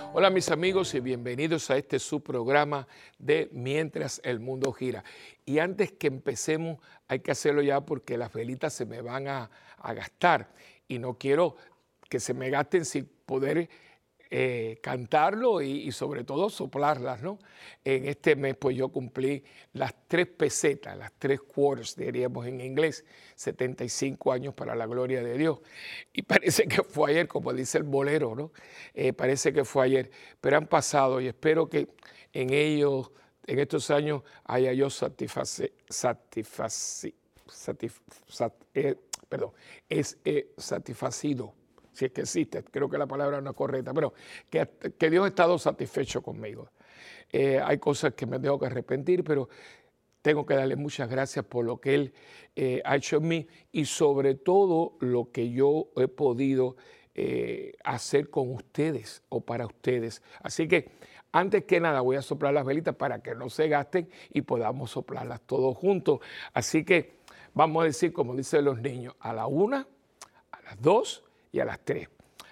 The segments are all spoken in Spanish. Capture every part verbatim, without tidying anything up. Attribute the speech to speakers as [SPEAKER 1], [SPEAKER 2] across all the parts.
[SPEAKER 1] Hola mis amigos y bienvenidos a este su programa de Mientras el Mundo Gira. Y antes que empecemos hay que hacerlo ya porque las velitas se me van a, a gastar y no quiero que se me gasten sin poder eh, cantarlo y, y sobre todo soplarlas, ¿no? En este mes pues yo cumplí las tres pesetas, las tres quarters, diríamos en inglés, setenta y cinco años para la gloria de Dios. Y parece que fue ayer, como dice el bolero, ¿no? Eh, parece que fue ayer, pero han pasado y espero que en ellos, en estos años, haya yo satisface, satisfaci, satisf, sat, eh, perdón, es eh, satisfacido. Si es que existe, creo que la palabra no es correcta, pero que, que Dios ha estado satisfecho conmigo. Eh, hay cosas que me tengo que arrepentir, pero tengo que darle muchas gracias por lo que Él eh, ha hecho en mí y sobre todo lo que yo he podido eh, hacer con ustedes o para ustedes. Así que antes que nada voy a soplar las velitas para que no se gasten y podamos soplarlas todos juntos. Así que vamos a decir, como dicen los niños, a la una, a las dos y a las tres.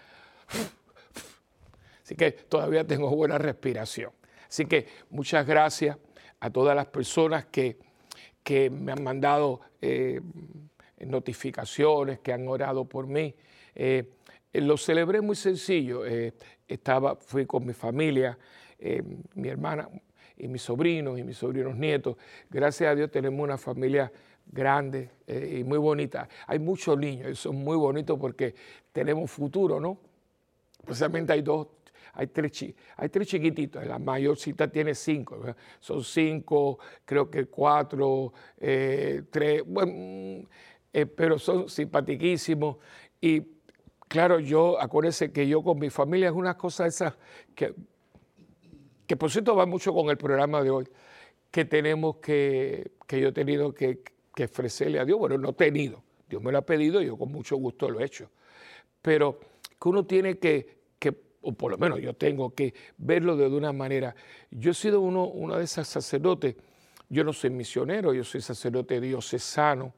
[SPEAKER 1] Así que todavía tengo buena respiración. Así que muchas gracias a todas las personas que, que me han mandado eh, notificaciones, que han orado por mí. Eh, lo celebré muy sencillo. Eh, estaba, fui con mi familia, eh, mi hermana y mis sobrinos y mis sobrinos nietos. Gracias a Dios tenemos una familia grande eh, y muy bonita. Hay muchos niños y son muy bonitos porque tenemos futuro, ¿no? Precisamente hay dos, hay tres, chi, hay tres chiquititos, la mayorcita tiene cinco, ¿verdad? Son cinco, creo que cuatro, eh, tres, bueno, eh, pero son simpatiquísimos. Y claro, yo, acuérdense que yo con mi familia es una cosa esa que, que por cierto va mucho con el programa de hoy, que tenemos que, que yo he tenido que, que ofrecerle a Dios. Bueno, no he tenido, Dios me lo ha pedido y yo con mucho gusto lo he hecho. Pero que uno tiene que, que, o por lo menos yo tengo que verlo de una manera. Yo he sido uno, uno de esos sacerdotes, yo no soy misionero, yo soy sacerdote diocesano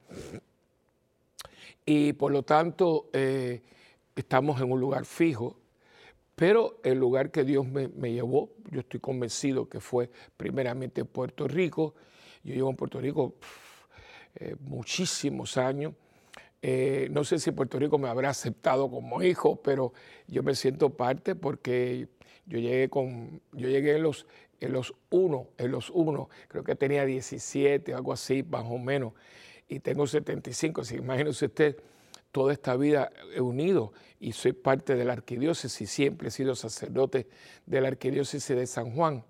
[SPEAKER 1] y por lo tanto eh, estamos en un lugar fijo, pero el lugar que Dios me, me llevó, yo estoy convencido que fue primeramente Puerto Rico. Yo llevo en Puerto Rico pff, eh, muchísimos años. Eh, no sé si Puerto Rico me habrá aceptado como hijo, pero yo me siento parte porque yo llegué con, yo llegué en los, en los uno, en los uno, creo que tenía diecisiete, algo así, más o menos, y tengo setenta y cinco, así que imagínese usted, toda esta vida he unido y soy parte de la arquidiócesis, y siempre he sido sacerdote de la arquidiócesis de San Juan.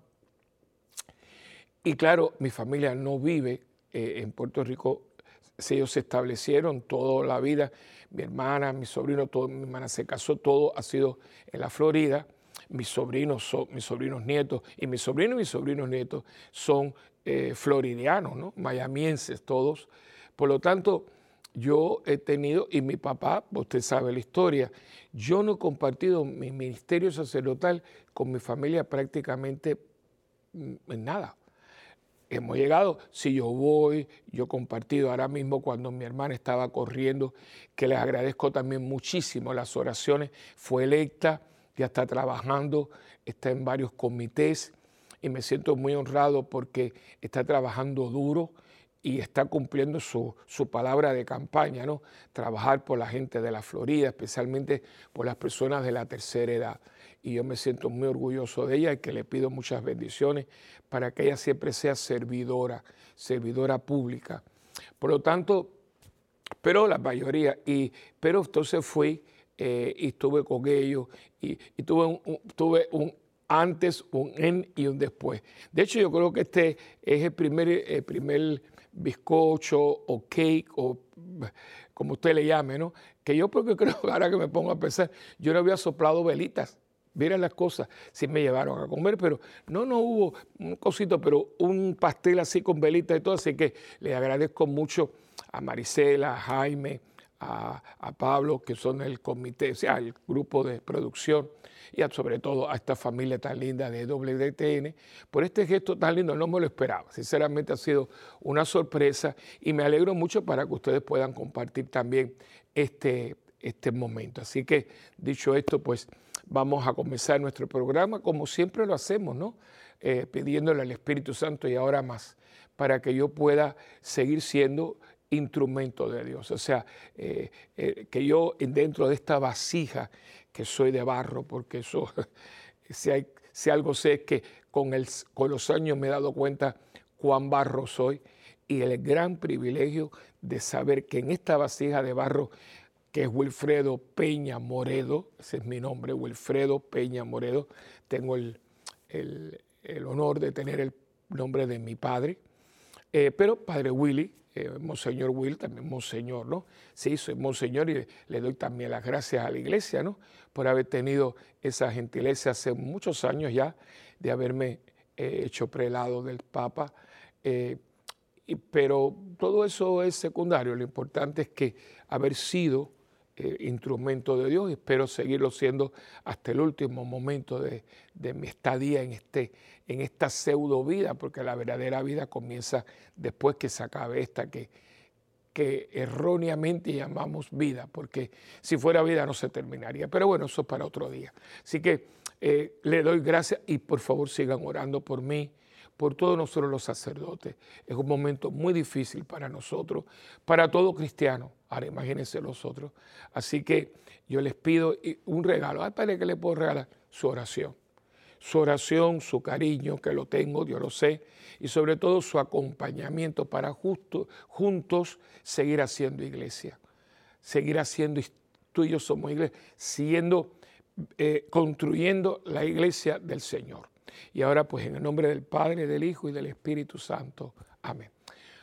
[SPEAKER 1] Y claro, mi familia no vive eh, en Puerto Rico. Ellos se establecieron toda la vida, mi hermana, mi sobrino, todo, mi hermana se casó, todo ha sido en la Florida, mis sobrinos, son, mis sobrinos nietos, y mis sobrinos y mis sobrinos nietos son eh, floridianos, ¿no? Mayamienses todos. Por lo tanto, yo he tenido, y mi papá, usted sabe la historia, yo no he compartido mi ministerio sacerdotal con mi familia prácticamente en nada. Hemos llegado, si yo voy, yo he compartido ahora mismo cuando mi hermana estaba corriendo, que les agradezco también muchísimo las oraciones, fue electa, ya está trabajando, está en varios comités y me siento muy honrado porque está trabajando duro y está cumpliendo su, su palabra de campaña, ¿no? Trabajar por la gente de la Florida, especialmente por las personas de la tercera edad. Y yo me siento muy orgulloso de ella y que le pido muchas bendiciones para que ella siempre sea servidora, servidora pública. Por lo tanto, pero la mayoría, y, pero entonces fui eh, y estuve con ellos y, y tuve, un, un, tuve un antes, un en y un después. De hecho, yo creo que este es el primer, el primer bizcocho o cake o como usted le llame, ¿no? Que yo porque creo, ahora que me pongo a pensar, yo no había soplado velitas. Miren las cosas, sí me llevaron a comer, pero no, no hubo un cosito, pero un pastel así con velitas y todo, así que le agradezco mucho a Marisela, a Jaime, a, a Pablo, que son el comité, o sea, el grupo de producción, y a, sobre todo a esta familia tan linda de W D T N, por este gesto tan lindo, no me lo esperaba, sinceramente ha sido una sorpresa y me alegro mucho para que ustedes puedan compartir también este este momento. Así que, dicho esto, pues vamos a comenzar nuestro programa como siempre lo hacemos, ¿no? Eh, pidiéndole al Espíritu Santo y ahora más, para que yo pueda seguir siendo instrumento de Dios. O sea, eh, eh, que yo dentro de esta vasija que soy de barro, porque eso, si, hay, si algo sé es que con, el, con los años me he dado cuenta cuán barro soy y el gran privilegio de saber que en esta vasija de barro, que es Wilfredo Peña Moredo, ese es mi nombre, Wilfredo Peña Moredo, tengo el, el, el honor de tener el nombre de mi padre, eh, pero Padre Willy, eh, Monseñor Will, también Monseñor, ¿no? Sí, soy Monseñor y le doy también las gracias a la iglesia, ¿no? Por haber tenido esa gentileza hace muchos años ya de haberme eh, hecho prelado del Papa, eh, y, pero todo eso es secundario, lo importante es que haber sido eh, instrumento de Dios y espero seguirlo siendo hasta el último momento de, de mi estadía en, este, en esta pseudo vida, porque la verdadera vida comienza después que se acabe esta que, que erróneamente llamamos vida, porque si fuera vida no se terminaría. Pero bueno, eso es para otro día. Así que eh, le doy gracias y por favor sigan orando por mí, por todos nosotros los sacerdotes. Es un momento muy difícil para nosotros, para todo cristiano. Ahora imagínense los otros. Así que yo les pido un regalo. ¿A padre qué le puedo regalar? Su oración. Su oración, su cariño, que lo tengo, yo lo sé, y sobre todo su acompañamiento para justo, juntos seguir haciendo iglesia. Seguir haciendo, tú y yo somos iglesia, siguiendo, eh, construyendo la iglesia del Señor. Y ahora pues en el nombre del Padre, del Hijo y del Espíritu Santo. Amén.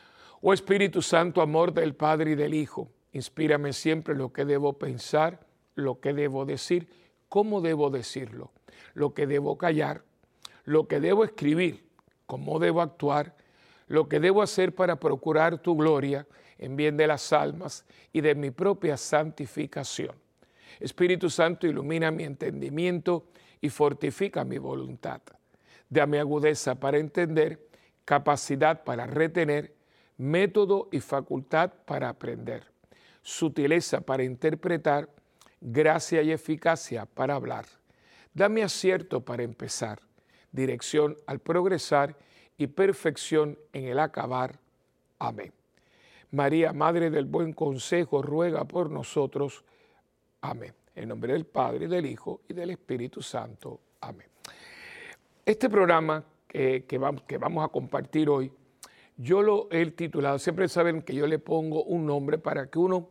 [SPEAKER 1] Oh Espíritu Santo, amor del Padre y del Hijo, inspírame siempre lo que debo pensar, lo que debo decir, cómo debo decirlo, lo que debo callar, lo que debo escribir, cómo debo actuar, lo que debo hacer para procurar tu gloria en bien de las almas y de mi propia santificación. Espíritu Santo, ilumina mi entendimiento y fortifica mi voluntad. Dame agudeza para entender, capacidad para retener, método y facultad para aprender, sutileza para interpretar, gracia y eficacia para hablar. Dame acierto para empezar, dirección al progresar y perfección en el acabar. Amén. María, Madre del Buen Consejo, ruega por nosotros. Amén. En nombre del Padre, del Hijo y del Espíritu Santo. Amén. Este programa eh, que, vamos, que vamos a compartir hoy, yo lo he titulado, siempre saben que yo le pongo un nombre para que uno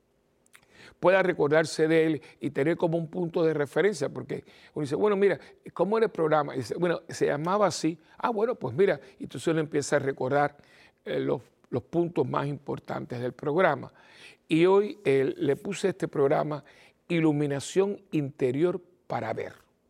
[SPEAKER 1] pueda recordarse de él y tener como un punto de referencia, porque uno dice, bueno, mira, ¿cómo era el programa? Y dice, bueno, se llamaba así. Ah, bueno, pues mira, y entonces uno empieza a recordar eh, los, los puntos más importantes del programa. Y hoy eh, le puse este programa Iluminación Interior para Ver.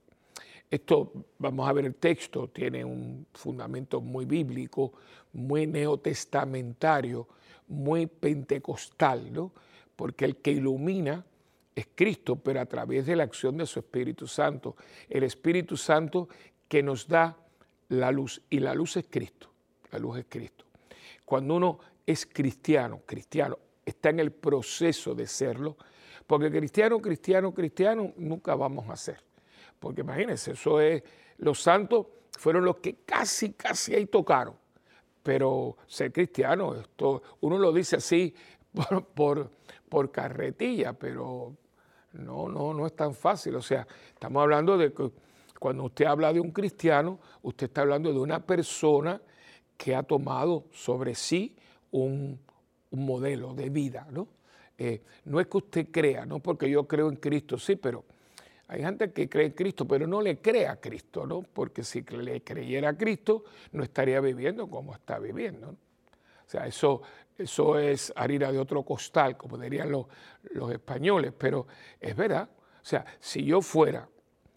[SPEAKER 1] Esto, vamos a ver el texto, tiene un fundamento muy bíblico, muy neotestamentario, muy pentecostal, ¿no? Porque el que ilumina es Cristo, pero a través de la acción de su Espíritu Santo. El Espíritu Santo que nos da la luz, y la luz es Cristo, la luz es Cristo. Cuando uno es cristiano, cristiano, está en el proceso de serlo, porque cristiano, cristiano, cristiano nunca vamos a ser. Porque imagínense, eso es, los santos fueron los que casi, casi ahí tocaron. Pero ser cristiano, esto, uno lo dice así por, por, por carretilla, pero no, no, no es tan fácil. O sea, estamos hablando de que cuando usted habla de un cristiano, usted está hablando de una persona que ha tomado sobre sí un, un modelo de vida, ¿no? Eh, no es que usted crea, no porque yo creo en Cristo, sí, pero hay gente que cree en Cristo, pero no le cree a Cristo, ¿no? Porque si le creyera a Cristo, no estaría viviendo como está viviendo, ¿no? O sea, eso, eso es harina de otro costal, como dirían los, los españoles, pero es verdad. O sea, si yo fuera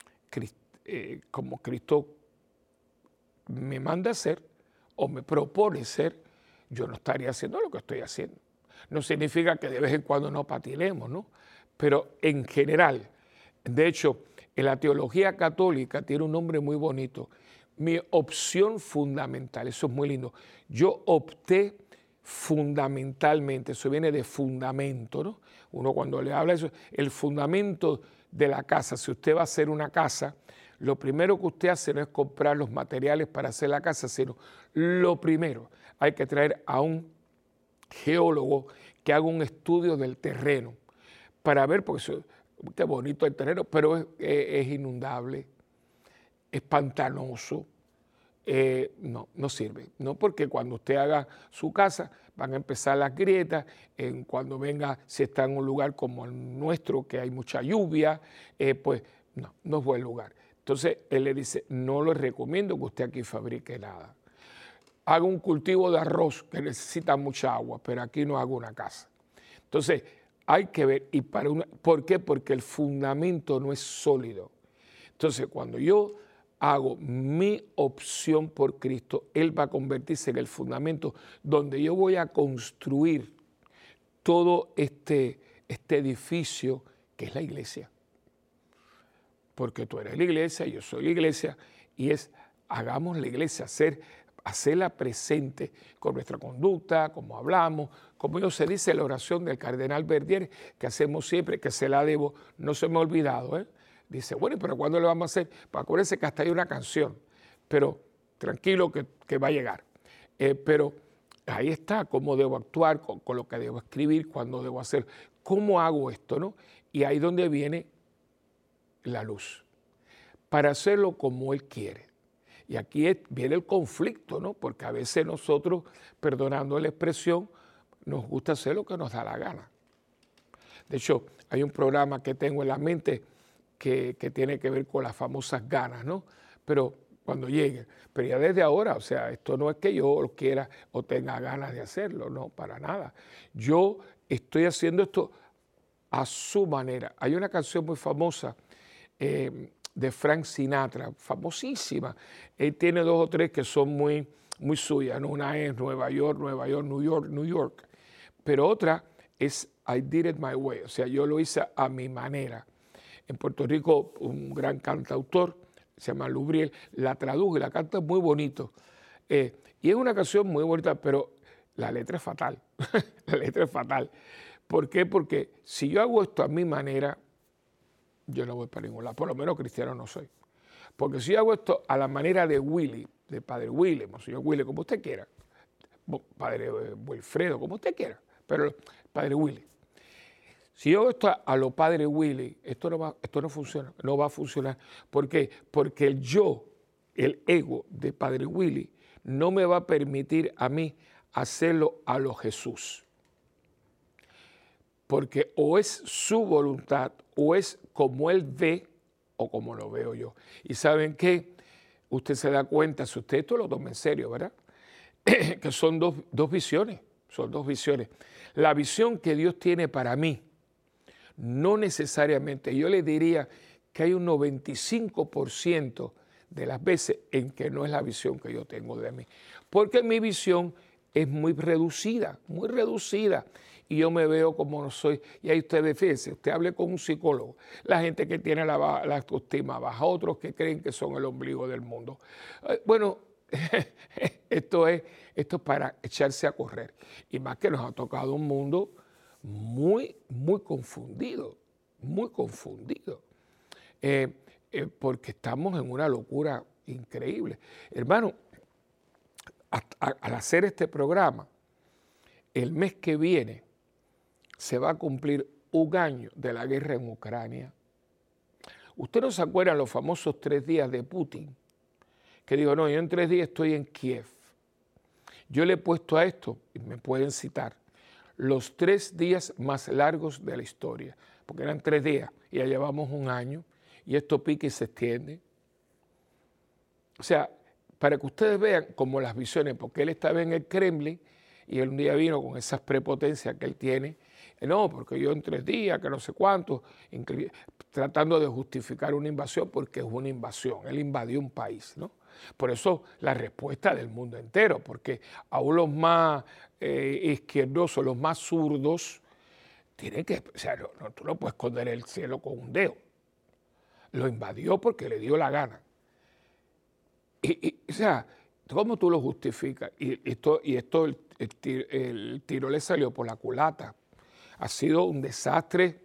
[SPEAKER 1] eh, como Cristo me manda a ser o me propone ser, yo no estaría haciendo lo que estoy haciendo. No significa que de vez en cuando no patinemos, ¿no? Pero en general, de hecho, en la teología católica tiene un nombre muy bonito. Mi opción fundamental, eso es muy lindo. Yo opté fundamentalmente, eso viene de fundamento, ¿no? Uno cuando le habla eso, el fundamento de la casa, si usted va a hacer una casa, lo primero que usted hace no es comprar los materiales para hacer la casa, sino lo primero, hay que traer a un geólogo que haga un estudio del terreno para ver, porque eso, qué bonito el terreno, pero es, es inundable, es pantanoso, eh, no, no sirve, no, porque cuando usted haga su casa van a empezar las grietas, en cuando venga, si está en un lugar como el nuestro, que hay mucha lluvia, eh, pues no, no es buen lugar. Entonces él le dice, no le recomiendo que usted aquí fabrique nada. Haga un cultivo de arroz que necesita mucha agua, pero aquí no hago una casa. Entonces hay que ver, y para una, ¿por qué? Porque el fundamento no es sólido. Entonces cuando yo hago mi opción por Cristo, Él va a convertirse en el fundamento donde yo voy a construir todo este, este edificio que es la iglesia. Porque tú eres la iglesia, yo soy la iglesia, y es, hagamos la iglesia, hacer, hacerla presente con nuestra conducta, como hablamos, como yo se dice la oración del cardenal Verdier, que hacemos siempre, que se la debo, no se me ha olvidado, ¿eh? Dice, bueno, pero ¿cuándo le vamos a hacer? Pues acuérdense que hasta hay una canción, pero tranquilo que, que va a llegar. Eh, pero ahí está, cómo debo actuar, con, con lo que debo escribir, cuándo debo hacer, cómo hago esto, ¿no? Y ahí donde viene la luz, para hacerlo como Él quiere. Y aquí es, viene el conflicto, ¿no? Porque a veces nosotros, perdonando la expresión, nos gusta hacer lo que nos da la gana. De hecho, hay un programa que tengo en la mente que, que tiene que ver con las famosas ganas, ¿no? Pero cuando llegue, pero ya desde ahora, o sea, esto no es que yo lo quiera o tenga ganas de hacerlo, no, para nada. Yo estoy haciendo esto a su manera. Hay una canción muy famosa eh, de Frank Sinatra, famosísima. Él tiene dos o tres que son muy, muy suyas, ¿no? Una es Nueva York, Nueva York, New York, New York. Pero otra es I Did It My Way, o sea, yo lo hice a mi manera. En Puerto Rico, un gran cantautor, se llama Lubriel, la tradujo y la canta muy bonito. Eh, y es una canción muy bonita, pero la letra es fatal. La letra es fatal. ¿Por qué? Porque si yo hago esto a mi manera, yo no voy para ningún lado. Por lo menos cristiano no soy. Porque si yo hago esto a la manera de Willy, de Padre Willy, Monseñor Willy, como usted quiera, Padre Wilfredo, como usted quiera, pero Padre Willy. Si yo hago esto a, a lo Padre Willy, esto no, va, esto no funciona, no va a funcionar. ¿Por qué? Porque el yo, el ego de Padre Willy, no me va a permitir a mí hacerlo a lo Jesús. Porque o es su voluntad, o es como Él ve, o como lo veo yo. Y ¿saben qué? Usted se da cuenta, si usted esto lo toma en serio, ¿verdad? Que son dos, dos visiones, son dos visiones. La visión que Dios tiene para mí, no necesariamente, yo le diría que hay un noventa y cinco por ciento de las veces en que no es la visión que yo tengo de mí. Porque mi visión es muy reducida, muy reducida. Y yo me veo como no soy. Y ahí ustedes, fíjense, usted hable con un psicólogo, la gente que tiene la, la autoestima baja, otros que creen que son el ombligo del mundo. Eh, bueno, esto es, esto es para echarse a correr. Y más que nos ha tocado un mundo muy, muy confundido, muy confundido. Eh, eh, porque estamos en una locura increíble. Hermano, a, a, al hacer este programa, el mes que viene, se va a cumplir un año de la guerra en Ucrania. ¿Usted no se acuerda los famosos tres días de Putin? Que digo, no, yo en tres días estoy en Kiev. Yo le he puesto a esto, y me pueden citar, los tres días más largos de la historia, porque eran tres días, y ya llevamos un año, y esto pica y se extiende. O sea, para que ustedes vean como las visiones, porque él estaba en el Kremlin, y él un día vino con esas prepotencias que él tiene, no, porque yo en tres días, que no sé cuánto, tratando de justificar una invasión, porque es una invasión, él invadió un país, ¿no? Por eso la respuesta del mundo entero, porque aún los más eh, izquierdosos, los más zurdos, tienen que, o sea, no, no, tú no puedes esconder el cielo con un dedo. Lo invadió porque le dio la gana. Y, y, o sea, ¿cómo tú lo justificas? Y esto, y esto el tiro, el tiro le salió por la culata. Ha sido un desastre.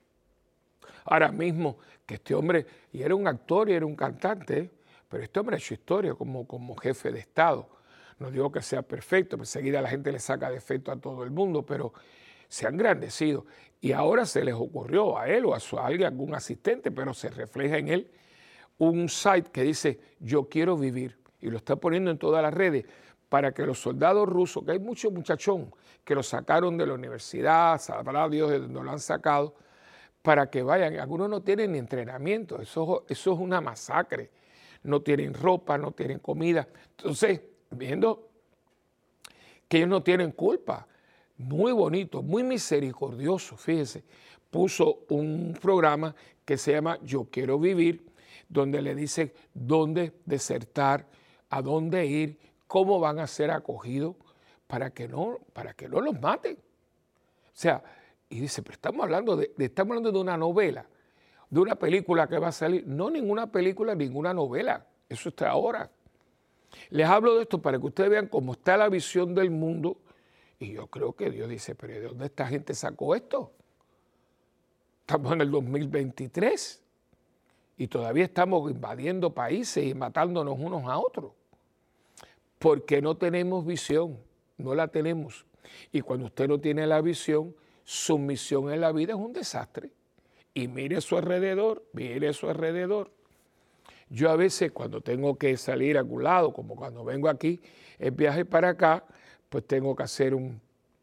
[SPEAKER 1] Ahora mismo, que este hombre, y era un actor y era un cantante, ¿eh? Pero este hombre ha hecho historia como, como jefe de Estado. No digo que sea perfecto, pues enseguida la gente le saca defecto a todo el mundo, pero se ha engrandecido. Y ahora se les ocurrió a él o a, su, a alguien, algún asistente, pero se refleja en él un site que dice yo quiero vivir, y lo está poniendo en todas las redes para que los soldados rusos, que hay muchos muchachón que lo sacaron de la universidad, sabrá Dios de dónde lo han sacado, para que vayan. Algunos no tienen ni entrenamiento, eso, eso es una masacre. No tienen ropa, no tienen comida. Entonces, viendo que ellos no tienen culpa, muy bonito, muy misericordioso, fíjese, puso un programa que se llama Yo Quiero Vivir, donde le dice dónde desertar, a dónde ir, cómo van a ser acogidos para que no, para que no los maten. O sea, y dice, pero estamos hablando de, de, estamos hablando de una novela, de una película que va a salir. No, ninguna película, ninguna novela. Eso está ahora. Les hablo de esto para que ustedes vean cómo está la visión del mundo. Y yo creo que Dios dice, pero ¿de dónde esta gente sacó esto? Estamos en el dos mil veintitrés y todavía estamos invadiendo países y matándonos unos a otros. Porque no tenemos visión, no la tenemos. Y cuando usted no tiene la visión, su misión en la vida es un desastre. Y mire a su alrededor, mire a su alrededor. Yo a veces cuando tengo que salir a algún lado, como cuando vengo aquí, el viaje para acá, pues tengo que hacer un...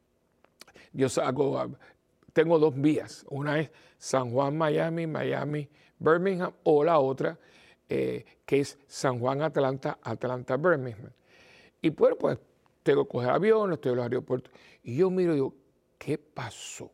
[SPEAKER 1] Yo hago, tengo dos vías. Una es San Juan, Miami, Miami, Birmingham, o la otra eh, que es San Juan, Atlanta, Atlanta, Birmingham. Y bueno, pues tengo que coger avión, estoy en los aeropuertos. Y yo miro y digo, ¿qué pasó?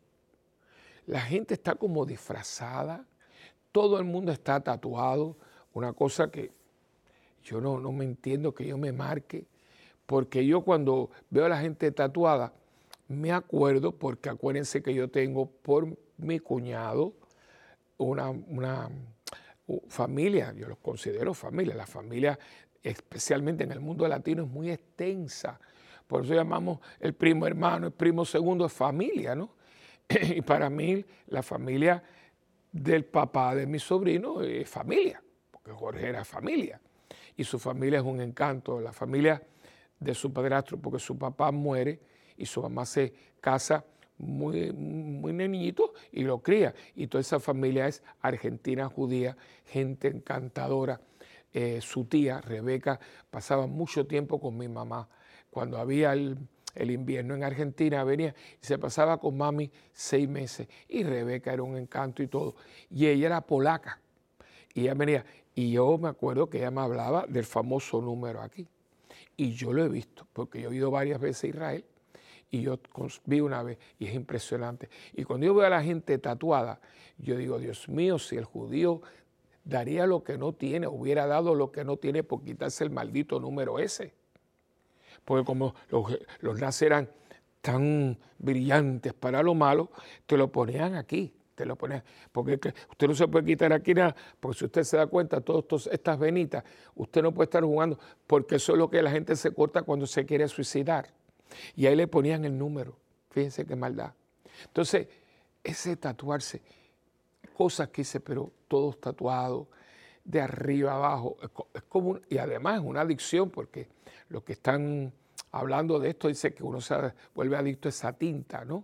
[SPEAKER 1] La gente está como disfrazada, todo el mundo está tatuado, una cosa que yo no, no me entiendo que yo me marque, porque yo cuando veo a la gente tatuada, me acuerdo, porque acuérdense que yo tengo por mi cuñado una, una familia, yo los considero familia, la familia especialmente en el mundo latino es muy extensa, por eso llamamos el primo hermano, el primo segundo, es familia, ¿no? Y para mí la familia del papá de mi sobrino es familia, porque Jorge era familia, y su familia es un encanto, la familia de su padrastro, porque su papá muere y su mamá se casa muy, muy niñito y lo cría, y toda esa familia es argentina judía, gente encantadora. Eh, su tía Rebeca pasaba mucho tiempo con mi mamá. Cuando había el, el invierno en Argentina venía y se pasaba con mami seis meses, y Rebeca era un encanto y todo, y ella era polaca y ella venía, y yo me acuerdo que ella me hablaba del famoso número aquí, y yo lo he visto porque yo he ido varias veces a Israel y yo vi una vez y es impresionante. Y cuando yo veo a la gente tatuada, yo digo, Dios mío, si el judío daría lo que no tiene, hubiera dado lo que no tiene por quitarse el maldito número ese. Porque como los, los nazis eran tan brillantes para lo malo, te lo ponían aquí, te lo ponían. Porque usted no se puede quitar aquí nada, porque si usted se da cuenta, todas estas venitas, usted no puede estar jugando, porque eso es lo que la gente se corta cuando se quiere suicidar. Y ahí le ponían el número. Fíjense qué maldad. Entonces, ese tatuarse, cosas que hice, pero todos tatuados, de arriba abajo, es como un, y además es una adicción, porque los que están hablando de esto dicen que uno se vuelve adicto a esa tinta, ¿no?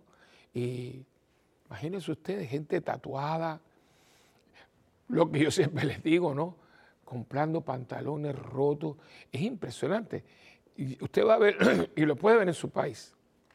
[SPEAKER 1] Y imagínense ustedes, gente tatuada, lo que yo siempre les digo, ¿no? Comprando pantalones rotos, es impresionante. Y usted va a ver, y lo puede ver en su país.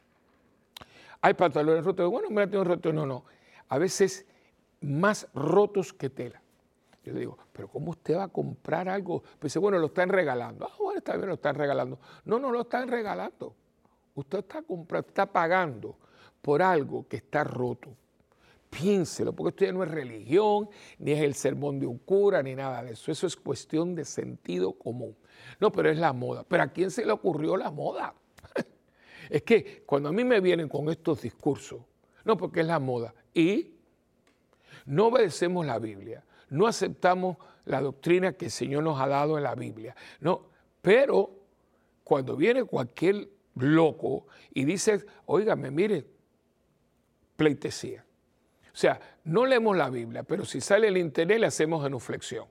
[SPEAKER 1] Hay pantalones rotos, bueno, mira, tengo roto, no, no. A veces más rotos que tela. Yo digo, pero ¿cómo usted va a comprar algo? Pues dice, bueno, lo están regalando. Ah, bueno, está bien, lo están regalando. No, no lo están regalando. Usted está comprando, está pagando por algo que está roto. Piénselo, porque esto ya no es religión, ni es el sermón de un cura, ni nada de eso. Eso es cuestión de sentido común. No, pero es la moda. ¿Pero a quién se le ocurrió la moda? Es que cuando a mí me vienen con estos discursos, no, porque es la moda, y no obedecemos la Biblia, no aceptamos la doctrina que el Señor nos ha dado en la Biblia, no, pero cuando viene cualquier loco y dice, óigame, mire, pleitesía. O sea, no leemos la Biblia, pero si sale el internet le hacemos genuflexión.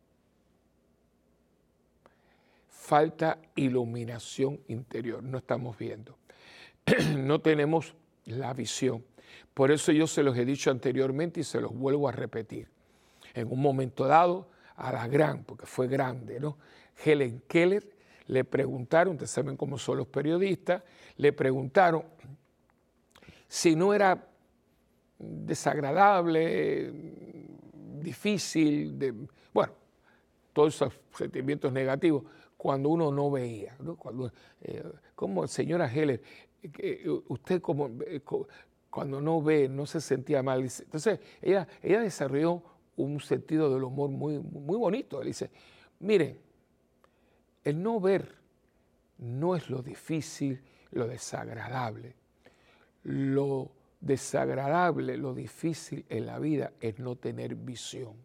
[SPEAKER 1] Falta iluminación interior, no estamos viendo. No tenemos la visión. Por eso yo se los he dicho anteriormente y se los vuelvo a repetir. En un momento dado, a la gran, porque fue grande, ¿no? Helen Keller, le preguntaron, ustedes saben cómo son los periodistas, le preguntaron si no era desagradable, difícil, de, bueno, todos esos sentimientos negativos, cuando uno no veía, ¿no? Cuando, eh, como señora Heller, eh, usted como, eh, cuando no ve, no se sentía mal. Entonces, ella, ella desarrolló un sentido del humor muy, muy bonito. Él dice, miren, el no ver no es lo difícil, lo desagradable. Lo desagradable, lo difícil en la vida es no tener visión.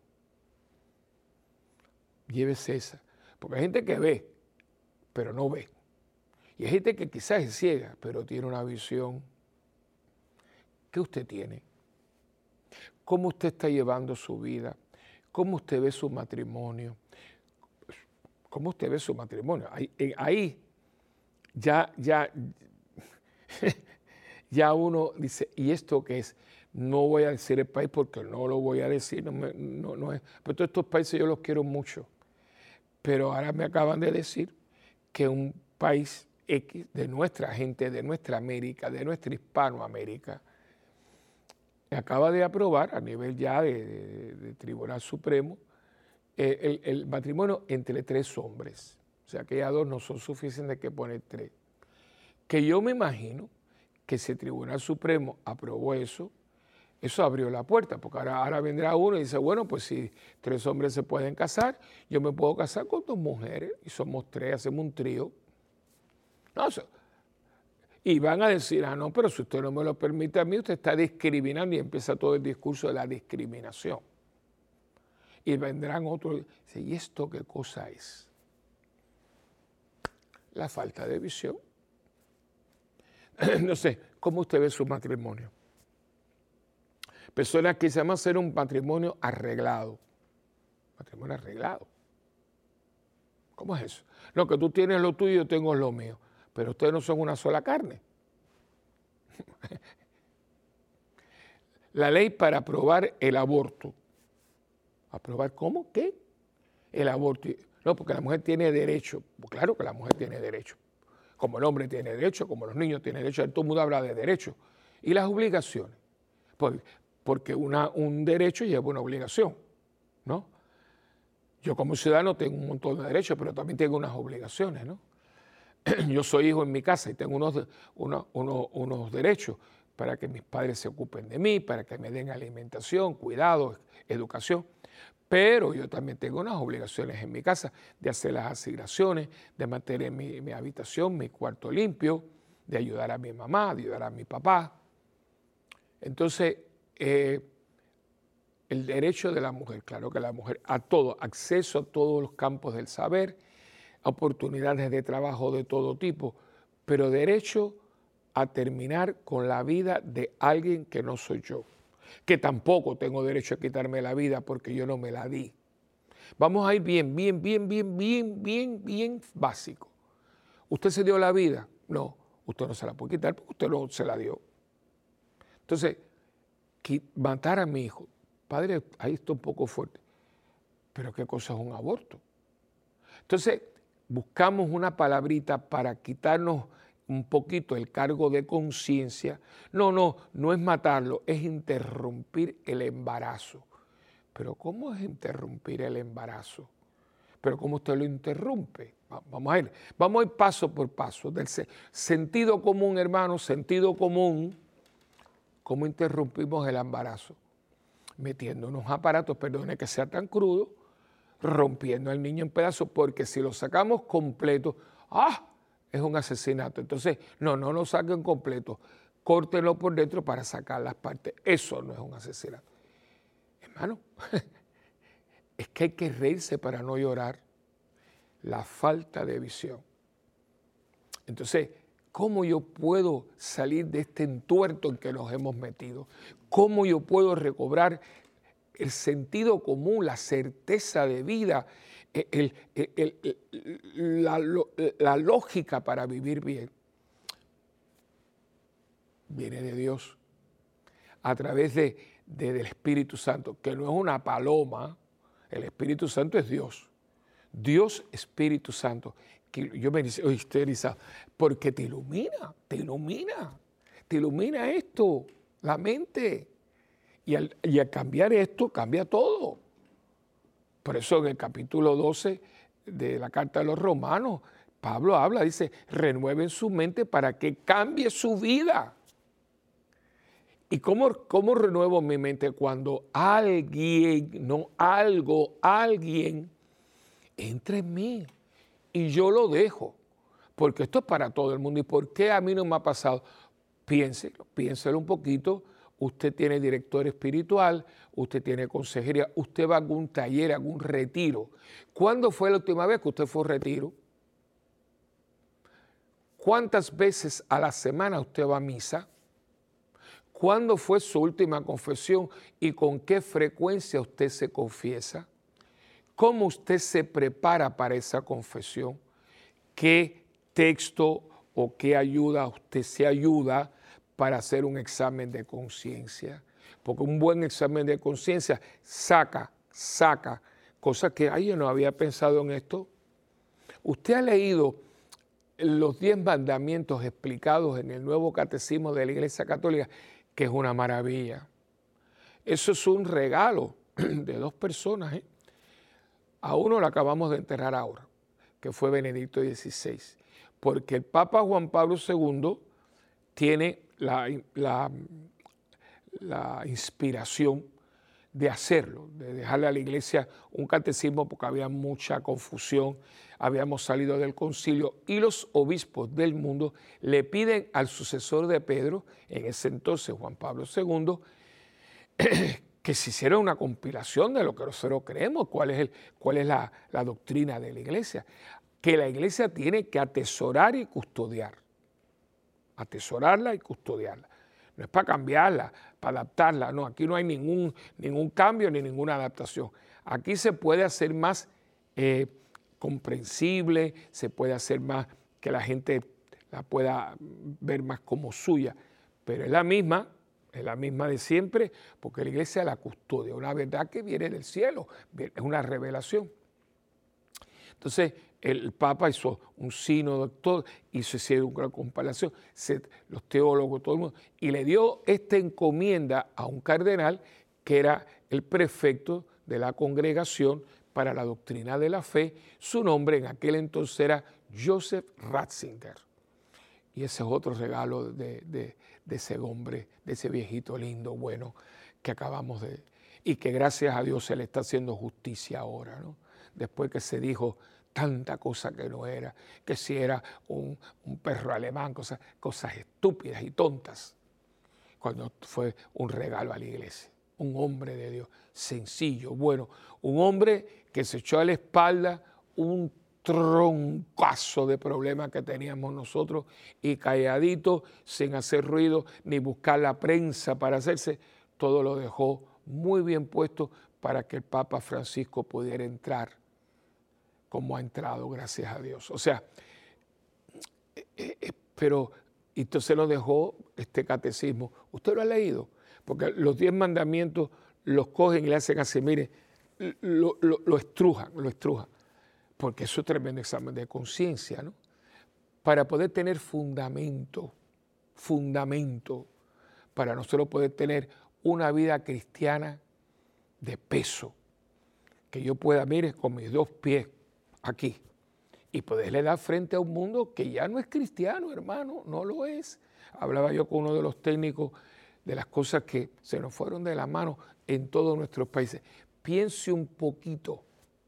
[SPEAKER 1] Llévese esa. Porque hay gente que ve, pero no ve. Y hay gente que quizás es ciega, pero tiene una visión. ¿Qué usted tiene? ¿Cómo usted está llevando su vida? ¿Cómo usted ve su matrimonio? ¿Cómo usted ve su matrimonio? Ahí, ahí ya, ya, ya uno dice, ¿y esto qué es? No voy a decir el país porque no lo voy a decir. No, me, no, no es. Pero todos estos países yo los quiero mucho. Pero ahora me acaban de decir que un país X de nuestra gente, de nuestra América, de nuestra Hispanoamérica, acaba de aprobar a nivel ya de, de, de Tribunal Supremo eh, el, el matrimonio entre tres hombres. O sea, que ya dos no son suficientes que poner tres. Que yo me imagino que si el Tribunal Supremo aprobó eso, eso abrió la puerta, porque ahora, ahora vendrá uno y dice, bueno, pues si tres hombres se pueden casar, yo me puedo casar con dos mujeres y somos tres, hacemos un trío. No, o sea, y van a decir, ah, no, pero si usted no me lo permite a mí, usted está discriminando y empieza todo el discurso de la discriminación. Y vendrán otros, ¿y esto qué cosa es? La falta de visión. No sé, ¿cómo usted ve su matrimonio? Personas que se llaman hacer un matrimonio arreglado. Matrimonio arreglado. ¿Cómo es eso? No, que tú tienes lo tuyo y yo tengo lo mío. Pero ustedes no son una sola carne. La ley para aprobar el aborto. ¿Aprobar cómo? ¿Qué? El aborto. No, porque la mujer tiene derecho. Pues claro que la mujer tiene derecho. Como el hombre tiene derecho, como los niños tienen derecho. Todo el mundo habla de derechos. Y las obligaciones. Pues, porque una, un derecho lleva una obligación, ¿no? Yo como ciudadano tengo un montón de derechos, pero también tengo unas obligaciones, ¿no? Yo soy hijo en mi casa y tengo unos, unos, unos, unos derechos para que mis padres se ocupen de mí, para que me den alimentación, cuidado, educación. Pero yo también tengo unas obligaciones en mi casa de hacer las asignaciones, de mantener mi, mi habitación, mi cuarto limpio, de ayudar a mi mamá, de ayudar a mi papá. Entonces, eh, el derecho de la mujer, claro que la mujer a todo, acceso a todos los campos del saber, oportunidades de trabajo de todo tipo, pero derecho a terminar con la vida de alguien que no soy yo, que tampoco tengo derecho a quitarme la vida porque yo no me la di. Vamos a ir bien, bien, bien, bien, bien, bien, bien básico. ¿Usted se dio la vida? No, usted no se la puede quitar porque usted no se la dio. Entonces, matar a mi hijo, padre, ahí está un poco fuerte, pero ¿qué cosa es un aborto? Entonces, buscamos una palabrita para quitarnos un poquito el cargo de conciencia. No, no, no es matarlo, es interrumpir el embarazo. Pero ¿cómo es interrumpir el embarazo? Pero ¿cómo usted lo interrumpe? Vamos a ir, vamos a ir paso por paso. Del sentido común, hermano, sentido común. ¿Cómo interrumpimos el embarazo? Metiendo unos aparatos, perdone que sea tan crudo, rompiendo al niño en pedazos, porque si lo sacamos completo, ¡ah!, es un asesinato. Entonces, no, no lo saquen completo, córtenlo por dentro para sacar las partes. Eso no es un asesinato. Hermano, es que hay que reírse para no llorar. La falta de visión. Entonces, ¿cómo yo puedo salir de este entuerto en que nos hemos metido? ¿Cómo yo puedo recobrar el sentido común, la certeza de vida, el, el, el, el, la, la lógica para vivir bien? Viene de Dios, a través de, de, del Espíritu Santo, que no es una paloma. El Espíritu Santo es Dios. Dios Espíritu Santo. Que yo me dice, histerizado, porque te ilumina, te ilumina, te ilumina esto, la mente. Y al, y al cambiar esto, cambia todo. Por eso en el capítulo doce de la carta de los Romanos, Pablo habla, dice, renueven su mente para que cambie su vida. ¿Y cómo, cómo renuevo mi mente? Cuando alguien, no algo, alguien entra en mí y yo lo dejo. Porque esto es para todo el mundo. ¿Y por qué a mí no me ha pasado? Piénselo, piénselo un poquito. Usted tiene director espiritual, usted tiene consejería, usted va a algún taller, a algún retiro. ¿Cuándo fue la última vez que usted fue a un retiro? ¿Cuántas veces a la semana usted va a misa? ¿Cuándo fue su última confesión y con qué frecuencia usted se confiesa? ¿Cómo usted se prepara para esa confesión? ¿Qué texto o qué ayuda usted se ayuda para hacer un examen de conciencia? Porque un buen examen de conciencia saca, saca cosas que, ay, yo no había pensado en esto. Usted ha leído los diez mandamientos explicados en el Nuevo Catecismo de la Iglesia Católica, que es una maravilla. Eso es un regalo de dos personas, ¿eh? A uno lo acabamos de enterrar ahora, que fue Benedicto dieciséis, porque el Papa Juan Pablo segundo tiene la, la, la inspiración de hacerlo, de dejarle a la Iglesia un catecismo, porque había mucha confusión, habíamos salido del concilio y los obispos del mundo le piden al sucesor de Pedro, en ese entonces Juan Pablo segundo, que se hiciera una compilación de lo que nosotros creemos, cuál es, el, cuál es la, la doctrina de la Iglesia, que la Iglesia tiene que atesorar y custodiar, atesorarla y custodiarla. No es para cambiarla, para adaptarla, no, aquí no hay ningún, ningún cambio ni ninguna adaptación. Aquí se puede hacer más eh, comprensible, se puede hacer más que la gente la pueda ver más como suya, pero es la misma, es la misma de siempre, porque la Iglesia la custodia, una verdad que viene del cielo, es una revelación. Entonces, el Papa hizo un sínodo, todo, hizo una comparación, se, los teólogos, todo el mundo, y le dio esta encomienda a un cardenal que era el prefecto de la Congregación para la Doctrina de la Fe. Su nombre en aquel entonces era Joseph Ratzinger. Y ese es otro regalo de, de, de ese hombre, de ese viejito lindo, bueno, que acabamos de... Y que gracias a Dios se le está haciendo justicia ahora, ¿no? Después que se dijo tanta cosa que no era, que si era un, un perro alemán, cosas, cosas estúpidas y tontas, cuando fue un regalo a la Iglesia. Un hombre de Dios, sencillo, bueno, un hombre que se echó a la espalda un troncazo de problemas que teníamos nosotros y calladito, sin hacer ruido, ni buscar la prensa para hacerse, todo lo dejó muy bien puesto para que el Papa Francisco pudiera entrar como ha entrado, gracias a Dios. O sea, eh, eh, pero entonces lo dejó este catecismo. ¿Usted lo ha leído? Porque los diez mandamientos los cogen y le hacen así, mire, lo, lo, lo estrujan, lo estrujan. Porque eso es tremendo examen de conciencia, ¿no? Para poder tener fundamento, fundamento, para nosotros poder tener una vida cristiana de peso, que yo pueda, mire, con mis dos pies aquí, y poderle dar frente a un mundo que ya no es cristiano, hermano, no lo es. Hablaba yo con uno de los técnicos de las cosas que se nos fueron de la mano en todos nuestros países. Piense un poquito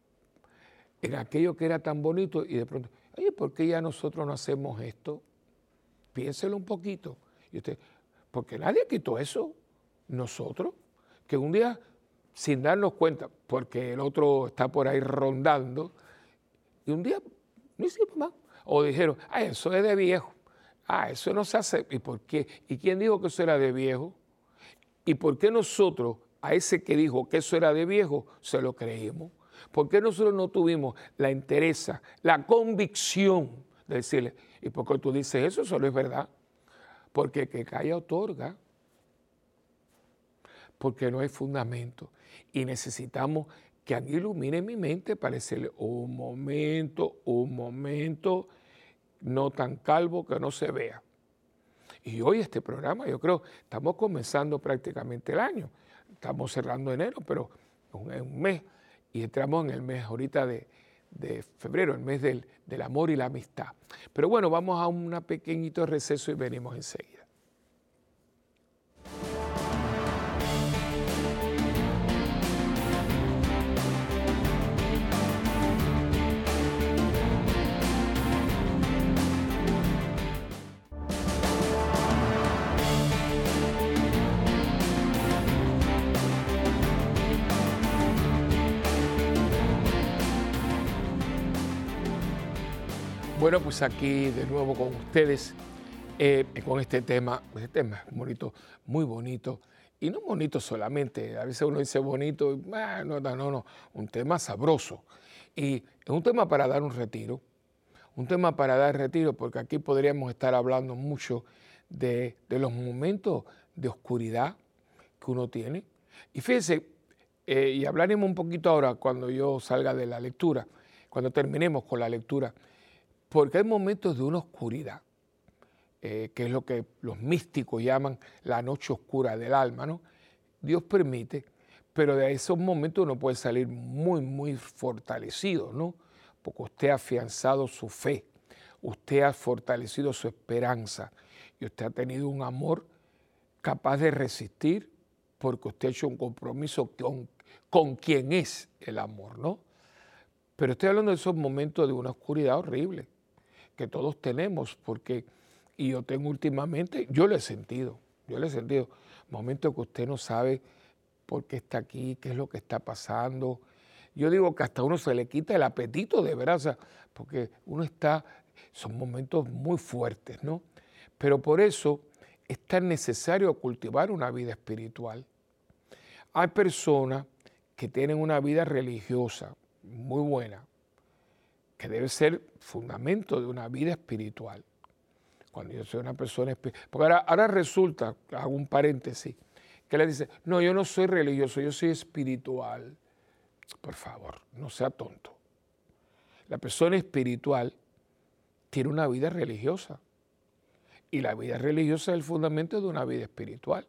[SPEAKER 1] en aquello que era tan bonito y de pronto, oye, ¿por qué ya nosotros no hacemos esto? Piénselo un poquito. Y usted, porque nadie quitó eso, nosotros, que un día, sin darnos cuenta, porque el otro está por ahí rondando, y un día no hicimos más. O dijeron, ay, eso es de viejo. Ah, eso no se hace. ¿Y por qué? ¿Y quién dijo que eso era de viejo? ¿Y por qué nosotros, a ese que dijo que eso era de viejo, se lo creímos? ¿Por qué nosotros no tuvimos la entereza, la convicción de decirle, ¿y por qué tú dices eso? Eso no es verdad. Porque el que calla otorga. Porque no hay fundamento. Y necesitamos que alguien ilumine mi mente para decirle, un momento, un momento, no tan calvo que no se vea. Y hoy este programa, yo creo, estamos comenzando prácticamente el año. Estamos cerrando enero, pero es un mes. Y entramos en el mes ahorita de, de febrero, el mes del, del amor y la amistad. Pero bueno, vamos a un pequeñito receso y venimos enseguida. Bueno, pues aquí de nuevo con ustedes, eh, con este tema. Este tema es bonito, muy bonito. Y no bonito solamente, a veces uno dice bonito, y, ah, no, no, no, un tema sabroso. Y es un tema para dar un retiro, un tema para dar retiro, porque aquí podríamos estar hablando mucho de, de los momentos de oscuridad que uno tiene. Y fíjense, eh, y hablaremos un poquito ahora cuando yo salga de la lectura, cuando terminemos con la lectura, porque hay momentos de una oscuridad, eh, que es lo que los místicos llaman la noche oscura del alma, ¿no? Dios permite, pero de esos momentos uno puede salir muy, muy fortalecido, ¿no? Porque usted ha afianzado su fe, usted ha fortalecido su esperanza y usted ha tenido un amor capaz de resistir porque usted ha hecho un compromiso con, con quien es el amor, ¿no? Pero estoy hablando de esos momentos de una oscuridad horrible que todos tenemos, porque, y yo tengo últimamente, yo lo he sentido, yo lo he sentido, momentos que usted no sabe por qué está aquí, qué es lo que está pasando. Yo digo que hasta a uno se le quita el apetito de verdad, o sea, porque uno está, son momentos muy fuertes, ¿no? Pero por eso es tan necesario cultivar una vida espiritual. Hay personas que tienen una vida religiosa muy buena, que debe ser fundamento de una vida espiritual. Cuando yo soy una persona espiritual, porque ahora, ahora resulta, hago un paréntesis, que le dice, no, yo no soy religioso, yo soy espiritual. Por favor, no sea tonto. La persona espiritual tiene una vida religiosa y la vida religiosa es el fundamento de una vida espiritual.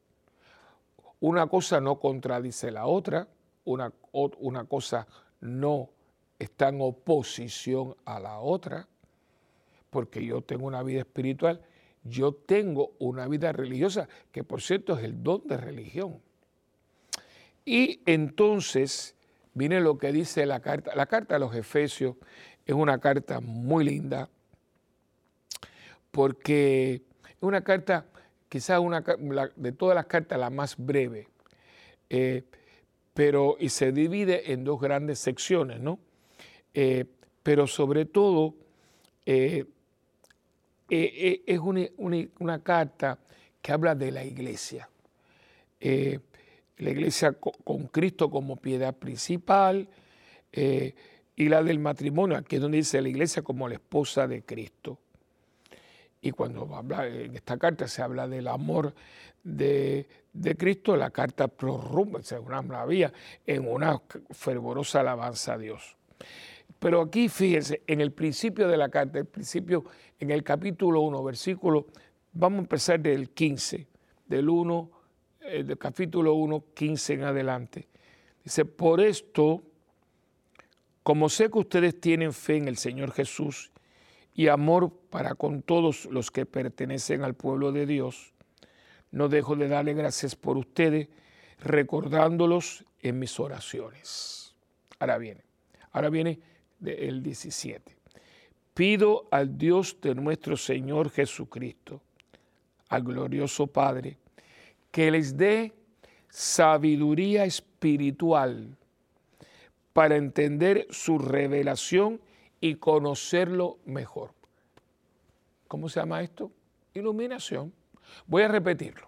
[SPEAKER 1] Una cosa no contradice la otra, una, una cosa no está en oposición a la otra, porque yo tengo una vida espiritual, yo tengo una vida religiosa, que por cierto es el don de religión. Y entonces viene lo que dice la carta. La carta a los Efesios es una carta muy linda, porque es una carta, quizás una de todas las cartas la más breve, eh, pero y se divide en dos grandes secciones, ¿no? Eh, pero sobre todo eh, eh, es una, una, una carta que habla de la iglesia. Eh, la iglesia con, con Cristo como piedad principal, eh, y la del matrimonio, aquí es donde dice la iglesia como la esposa de Cristo. Y cuando habla, en esta carta se habla del amor de, de Cristo, la carta prorrumpe, según una maravilla, en una fervorosa alabanza a Dios. Pero aquí, fíjense, en el principio de la carta, el principio, en el capítulo uno, versículo, vamos a empezar del quince, del uno, eh, del capítulo uno, quince en adelante. Dice, por esto, como sé que ustedes tienen fe en el Señor Jesús y amor para con todos los que pertenecen al pueblo de Dios, no dejo de darle gracias por ustedes, recordándolos en mis oraciones. Ahora viene, ahora viene el diecisiete. Pido al Dios de nuestro Señor Jesucristo, al glorioso Padre, que les dé sabiduría espiritual para entender su revelación y conocerlo mejor. ¿cómo se llama esto? Iluminación. Voy a repetirlo.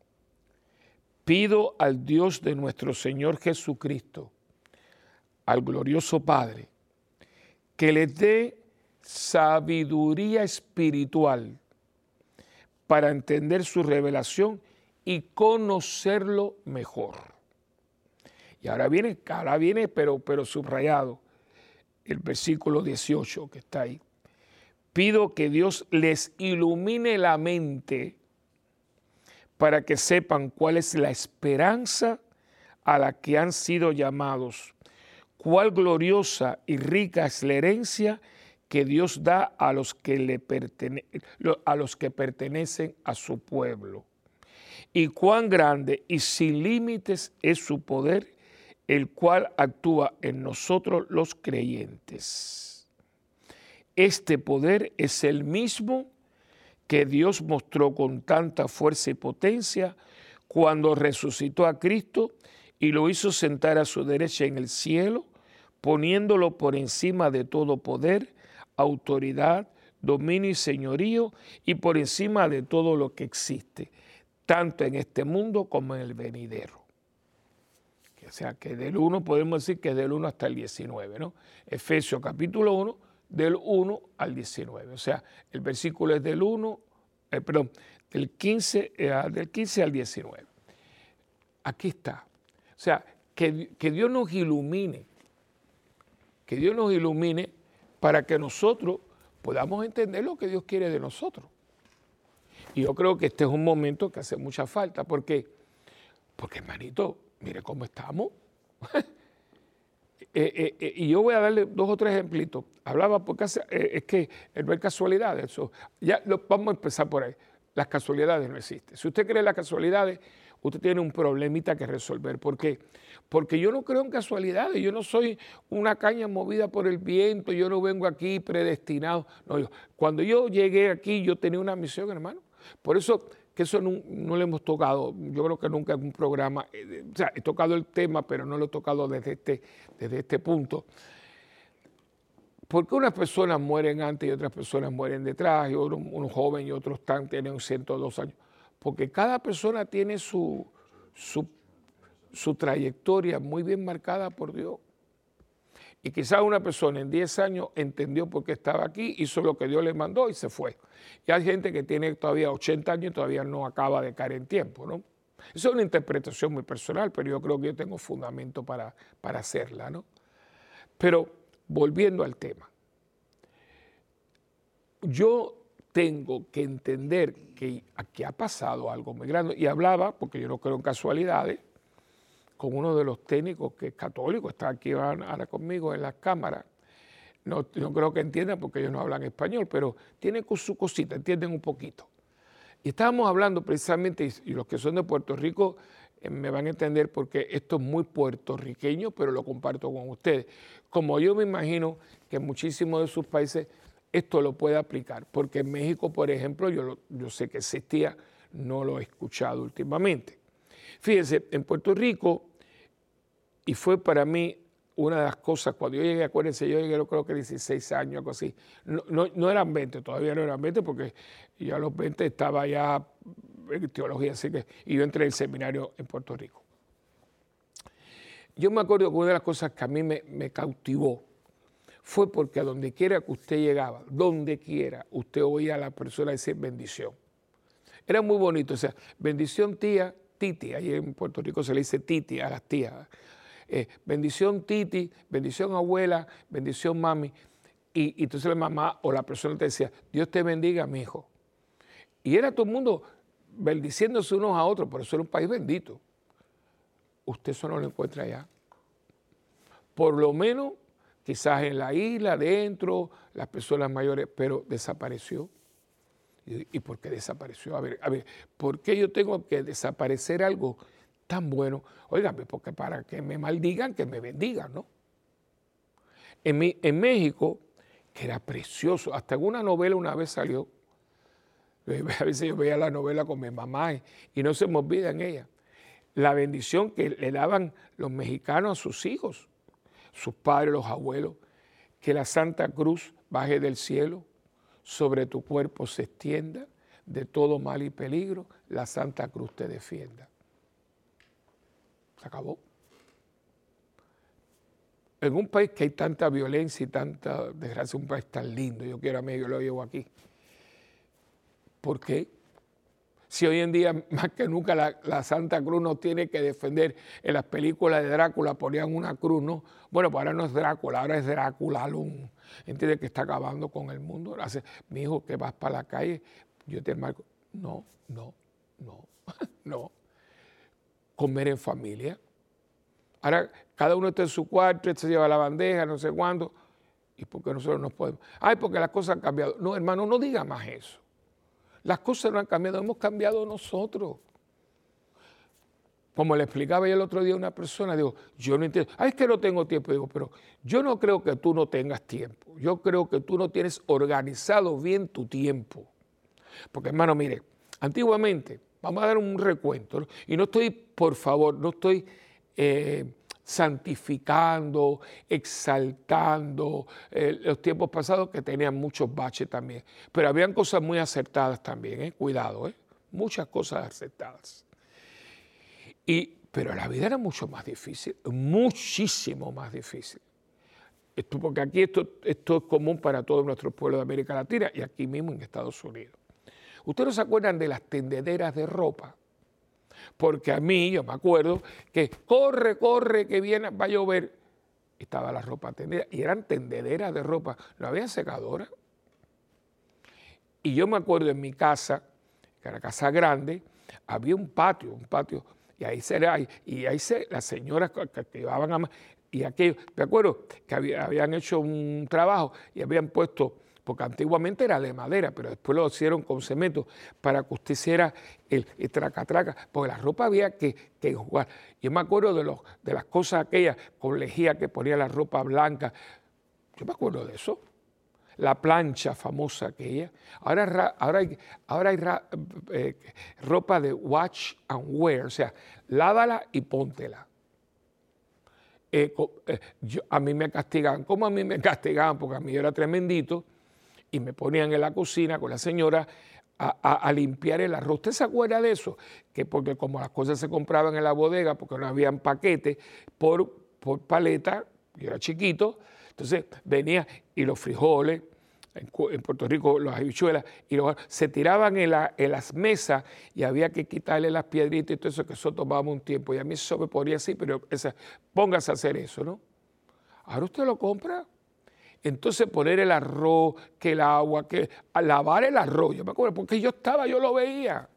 [SPEAKER 1] Pido al Dios de nuestro Señor Jesucristo, al glorioso Padre, que les dé sabiduría espiritual para entender su revelación y conocerlo mejor. Y ahora viene, ahora viene pero, pero subrayado, el versículo dieciocho que está ahí. Pido que Dios les ilumine la mente para que sepan cuál es la esperanza a la que han sido llamados, cuál gloriosa y rica es la herencia que Dios da a los que, le pertene- a los que pertenecen a su pueblo, y cuán grande y sin límites es su poder, el cual actúa en nosotros los creyentes. Este poder es el mismo que Dios mostró con tanta fuerza y potencia cuando resucitó a Cristo y lo hizo sentar a su derecha en el cielo, poniéndolo por encima de todo poder, autoridad, dominio y señorío, y por encima de todo lo que existe, tanto en este mundo como en el venidero. O sea, que del uno podemos decir que es del uno hasta el diecinueve, ¿no? Efesios capítulo uno, del uno al diecinueve. O sea, el versículo es del uno, eh, perdón, del quince, eh, del quince al diecinueve. Aquí está. O sea, que, que Dios nos ilumine, que Dios nos ilumine para que nosotros podamos entender lo que Dios quiere de nosotros. Y yo creo que este es un momento que hace mucha falta, porque, porque hermanito, mire cómo estamos. Eh, eh, eh, y yo voy a darle dos o tres ejemplitos. Hablaba porque hace, eh, es que el ver casualidades, eso, ya lo, vamos a empezar por ahí. Las casualidades no existen. Si usted cree en las casualidades, usted tiene un problemita que resolver. ¿Por qué? Porque yo no creo en casualidades. Yo no soy una caña movida por el viento. Yo no vengo aquí predestinado. No, yo, cuando yo llegué aquí, yo tenía una misión, hermano. Por eso que eso no, no lo hemos tocado, yo creo que nunca en un programa, eh, o sea, he tocado el tema, pero no lo he tocado desde este, desde este punto. ¿Por qué unas personas mueren antes y otras personas mueren detrás, y unos, unos jóvenes y otros están, tienen ciento dos años? Porque cada persona tiene su, su, su trayectoria muy bien marcada por Dios. Y quizás una persona en diez años entendió por qué estaba aquí, hizo lo que Dios le mandó y se fue. Y hay gente que tiene todavía ochenta años y todavía no acaba de caer en tiempo, ¿no? Esa es una interpretación muy personal, pero yo creo que yo tengo fundamento para, para hacerla, ¿no? Pero volviendo al tema, yo tengo que entender que aquí ha pasado algo muy grande. Y hablaba, porque yo no creo en casualidades, con uno de los técnicos que es católico, está aquí ahora conmigo en las cámaras. No, no creo que entiendan porque ellos no hablan español, pero tienen su cosita, entienden un poquito. Y estábamos hablando precisamente, y los que son de Puerto Rico eh, me van a entender porque esto es muy puertorriqueño, pero lo comparto con ustedes. Como yo me imagino que en muchísimos de sus países esto lo puede aplicar, porque en México, por ejemplo, yo, lo, yo sé que existía, no lo he escuchado últimamente. Fíjense, en Puerto Rico, y fue para mí una de las cosas, cuando yo llegué, acuérdense, yo llegué creo que dieciséis años, algo así, no, no, no eran veinte, todavía no eran veinte, porque yo a los veinte estaba ya en teología, así que, y yo entré en el seminario en Puerto Rico. Yo me acuerdo que una de las cosas que a mí me, me cautivó fue porque a donde quiera que usted llegaba, donde quiera, usted oía a la persona decir bendición. Era muy bonito, o sea, bendición tía, titi, ahí en Puerto Rico se le dice titi a las tías. Eh, bendición titi, bendición abuela, bendición mami. Y, y entonces la mamá o la persona te decía, Dios te bendiga, mi hijo. Y era todo el mundo bendiciéndose unos a otros, por eso era un país bendito. Usted eso no lo encuentra allá. Por lo menos, quizás en la isla, dentro, las personas mayores, pero desapareció. ¿Y, y por qué desapareció? A ver, a ver, ¿por qué yo tengo que desaparecer algo tan bueno? Óigame, porque para que me maldigan, que me bendigan, ¿no? En, mi, en México, que era precioso, hasta en una novela una vez salió, a veces yo veía la novela con mi mamá y, y no se me olvida en ella, la bendición que le daban los mexicanos a sus hijos, sus padres, los abuelos, que la Santa Cruz baje del cielo sobre tu cuerpo se extienda, de todo mal y peligro, la Santa Cruz te defienda. Se acabó. En un país que hay tanta violencia y tanta desgracia, un país tan lindo, yo quiero a mí, yo lo llevo aquí. ¿Por qué? Si hoy en día, más que nunca, la, la Santa Cruz nos tiene que defender. En las películas de Drácula ponían una cruz, ¿no? Bueno, pues ahora no es Drácula, ahora es Drácula Lum. ¿Entiendes? Que está acabando con el mundo. Ahora hace, mi hijo, que vas para la calle, yo te marco. No, no, no, no. Comer en familia. Ahora, cada uno está en su cuarto, este se lleva la bandeja, no sé cuándo. ¿Y por qué nosotros no podemos? Ay, porque las cosas han cambiado. No, hermano, no diga más eso. Las cosas no han cambiado, hemos cambiado nosotros. Como le explicaba yo el otro día a una persona, digo, yo no entiendo. Ay, es que no tengo tiempo. Digo, pero yo no creo que tú no tengas tiempo. Yo creo que tú no tienes organizado bien tu tiempo. Porque, hermano, mire, antiguamente, vamos a dar un recuento, ¿no? Y no estoy, por favor, no estoy eh, santificando, exaltando eh, los tiempos pasados que tenían muchos baches también. Pero habían cosas muy acertadas también, ¿eh? Cuidado, ¿eh? Muchas cosas acertadas. Y, pero la vida era mucho más difícil, muchísimo más difícil. Esto, porque aquí esto, esto es común para todos nuestros pueblos de América Latina y aquí mismo en Estados Unidos. ¿Ustedes no se acuerdan de las tendederas de ropa? Porque a mí, yo me acuerdo que corre, corre, que viene, va a llover. Estaba la ropa tendida y eran tendederas de ropa, no había secadora. Y yo me acuerdo en mi casa, que era casa grande, había un patio, un patio, y ahí se, y ahí se las señoras que, que llevaban a... Y aquello, me acuerdo que había, habían hecho un trabajo y habían puesto, porque antiguamente era de madera, pero después lo hicieron con cemento para que usted hiciera el, el traca-traca, porque la ropa había que, que jugar. Yo me acuerdo de, los, de las cosas aquellas con lejía que ponía la ropa blanca. Yo me acuerdo de eso. La plancha famosa aquella. Ahora, ahora hay, ahora hay eh, ropa de wash and wear, o sea, lávala y póntela. Eh, eh, yo, a mí me castigaban, ¿cómo a mí me castigaban? Porque a mí yo era tremendito y me ponían en la cocina con la señora a, a, a limpiar el arroz. ¿Usted se acuerda de eso? Que porque como las cosas se compraban en la bodega, porque no habían paquetes, por, por paleta, yo era chiquito, entonces venía y los frijoles, en, en Puerto Rico las habichuelas, y los, se tiraban en, la, en las mesas y había que quitarle las piedritas y todo eso, que eso tomaba un tiempo. Y a mí eso me ponía así, pero esa, póngase a hacer eso, ¿no? Ahora usted lo compra. Entonces poner el arroz, que el agua, que a lavar el arroz, yo me acuerdo, porque yo estaba, yo lo veía.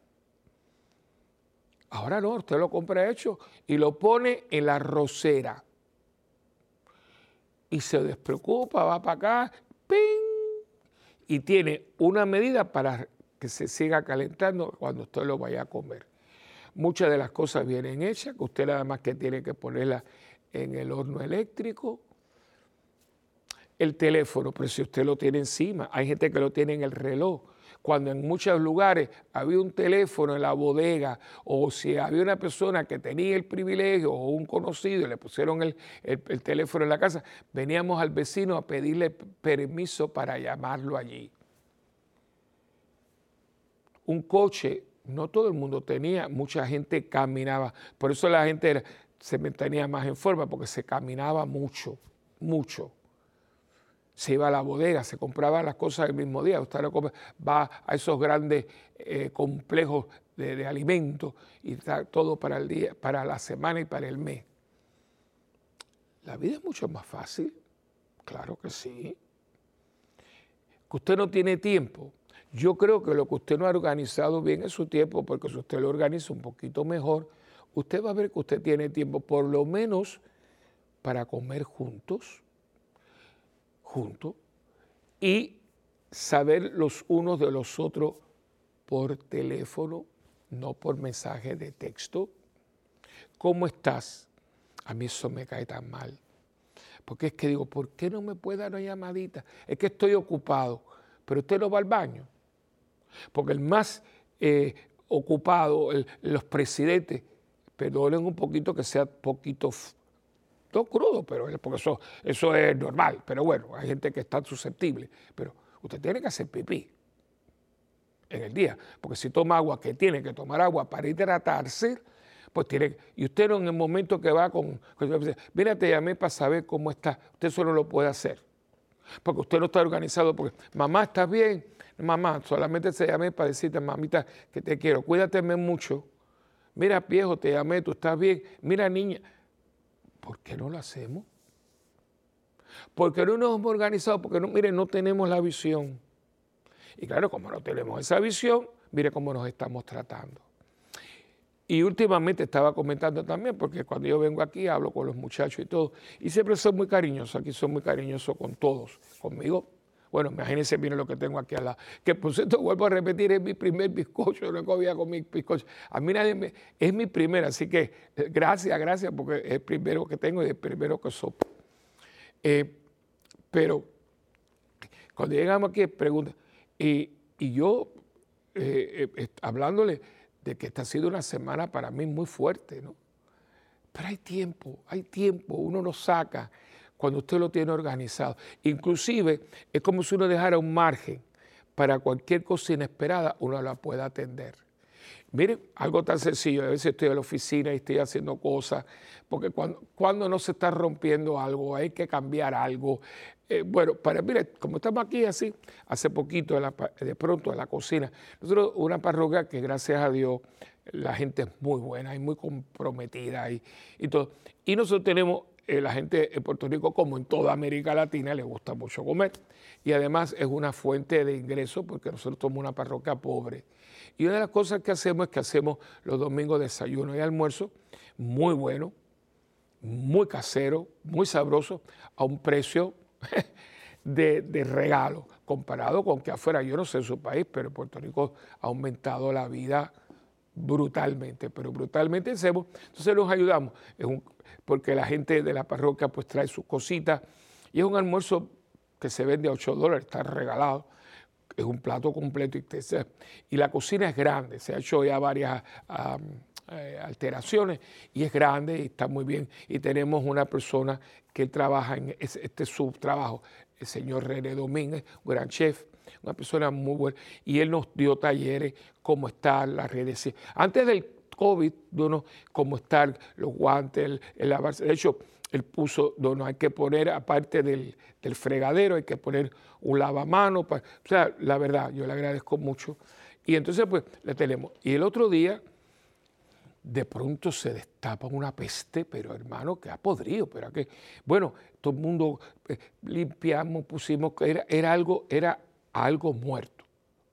[SPEAKER 1] Ahora no, usted lo compra hecho y lo pone en la arrocera. Y se despreocupa, va para acá, ¡ping! Y tiene una medida para que se siga calentando cuando usted lo vaya a comer. Muchas de las cosas vienen hechas, que usted nada más que tiene que ponerlas en el horno eléctrico. El teléfono, pero si usted lo tiene encima, hay gente que lo tiene en el reloj. Cuando en muchos lugares había un teléfono en la bodega, o si había una persona que tenía el privilegio o un conocido y le pusieron el, el, el teléfono en la casa, veníamos al vecino a pedirle permiso para llamarlo allí. Un coche, no todo el mundo tenía, mucha gente caminaba. Por eso la gente era, se mantenía más en forma, porque se caminaba mucho, mucho. Se iba a la bodega, se compraban las cosas el mismo día. Usted lo compra, va a esos grandes eh, complejos de, de alimentos y está todo para el día, para la semana y para el mes. La vida es mucho más fácil, claro que sí. Que usted no tiene tiempo. Yo creo que lo que usted no ha organizado bien es su tiempo, porque si usted lo organiza un poquito mejor, usted va a ver que usted tiene tiempo por lo menos para comer juntos, juntos, y saber los unos de los otros por teléfono, no por mensaje de texto. ¿Cómo estás? A mí eso me cae tan mal. Porque es que digo, ¿por qué no me puede dar una llamadita? Es que estoy ocupado, pero usted no va al baño. Porque el más eh, ocupado, el, los presidentes, perdonen un poquito que sea poquito todo crudo, pero porque eso, eso es normal. Pero bueno, hay gente que está susceptible. Pero usted tiene que hacer pipí en el día, porque si toma agua, que tiene que tomar agua para hidratarse, pues tiene, y usted no en el momento que va con, mira, te llamé para saber cómo está, usted solo lo puede hacer, porque usted no está organizado, porque mamá, ¿estás bien? Mamá, solamente se llamé para decirte, mamita, que te quiero, cuídateme mucho, mira, viejo, te llamé, tú estás bien, mira, niña, ¿por qué no lo hacemos? Porque no nos hemos organizado, porque no, mire, no tenemos la visión. Y claro, como no tenemos esa visión, mire cómo nos estamos tratando. Y últimamente estaba comentando también, porque cuando yo vengo aquí hablo con los muchachos y todo, y siempre son muy cariñosos, aquí son muy cariñosos con todos, conmigo. Bueno, imagínense, miren lo que tengo aquí al lado. Que por cierto, vuelvo a repetir, es mi primer bizcocho, yo no comía con mi bizcocho. A mí nadie me, es mi primera, así que gracias, gracias, porque es el primero que tengo y el primero que sopo. Eh, pero cuando llegamos aquí, pregunta, y, y yo eh, eh, hablándole de que esta ha sido una semana para mí muy fuerte, ¿no? Pero hay tiempo, hay tiempo, uno lo saca cuando usted lo tiene organizado. Inclusive es como si uno dejara un margen para cualquier cosa inesperada, uno la pueda atender. Miren, algo tan sencillo, a veces estoy en la oficina y estoy haciendo cosas, porque cuando, cuando no se está rompiendo algo, hay que cambiar algo. Eh, bueno, para, mire, como estamos aquí así, hace poquito, de, la, de pronto en la cocina, nosotros una parroquia que gracias a Dios la gente es muy buena y muy comprometida y, y todo. Y nosotros tenemos, eh, la gente en Puerto Rico, como en toda América Latina, le gusta mucho comer. Y además es una fuente de ingresos porque nosotros somos una parroquia pobre. Y una de las cosas que hacemos es que hacemos los domingos desayuno y almuerzo, muy bueno, muy casero, muy sabroso, a un precio de, de regalo, comparado con que afuera, yo no sé en su país, pero en Puerto Rico ha aumentado la vida brutalmente, pero brutalmente hacemos, entonces nos ayudamos, es un, porque la gente de la parroquia pues trae sus cositas, y es un almuerzo que se vende a ocho dólares, está regalado, es un plato completo y, y la cocina es grande, se ha hecho ya varias um, eh, alteraciones y es grande y está muy bien. Y tenemos una persona que trabaja en este, este es su trabajo, el señor René Domínguez, un gran chef, una persona muy buena, y él nos dio talleres, cómo estar, las redes. Antes del COVID, ¿no? Cómo estar, los guantes, el, el lavarse. De hecho, él puso, no, hay que poner, aparte del, del fregadero, hay que poner un lavamano. Para, o sea, la verdad, yo le agradezco mucho. Y entonces, pues, le tenemos. Y el otro día, de pronto se destapa una peste, pero hermano, que ha podrido. Pero que, bueno, todo el mundo eh, limpiamos, pusimos, era, era, algo, era algo muerto.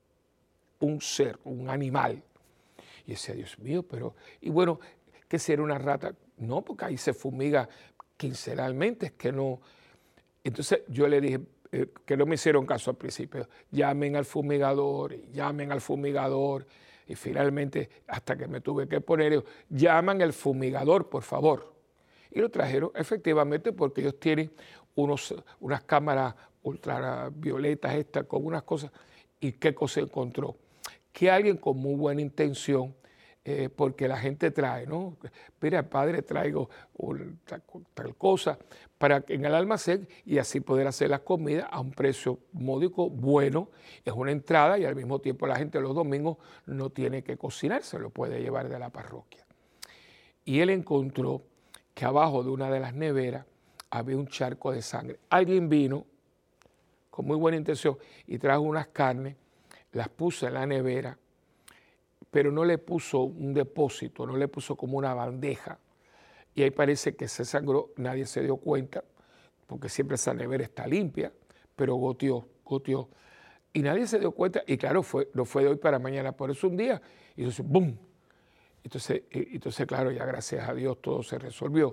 [SPEAKER 1] Un ser, un animal. Y decía, Dios mío, pero, y bueno, ¿qué será una rata? No, porque ahí se fumiga quincenalmente, es que no. Entonces yo le dije, eh, que no me hicieron caso al principio, llamen al fumigador, llamen al fumigador, y finalmente, hasta que me tuve que poner, llaman al fumigador, por favor. Y lo trajeron efectivamente porque ellos tienen unos, unas cámaras ultravioletas estas, con unas cosas, y qué cosa encontró. Que alguien con muy buena intención, eh, porque la gente trae, ¿no? Mira, padre, traigo un, tal, tal cosa para que en el almacén y así poder hacer las comidas a un precio módico, bueno, es una entrada y al mismo tiempo la gente los domingos no tiene que cocinar, se lo puede llevar de la parroquia. Y él encontró que abajo de una de las neveras había un charco de sangre. Alguien vino con muy buena intención y trajo unas carnes, las puso en la nevera, pero no le puso un depósito, no le puso como una bandeja. Y ahí parece que se sangró, nadie se dio cuenta, porque siempre esa nevera está limpia, pero goteó, goteó. Y nadie se dio cuenta, y claro, fue, no fue de hoy para mañana, por eso un día, y entonces, ¡bum! Entonces, entonces, claro, ya gracias a Dios todo se resolvió.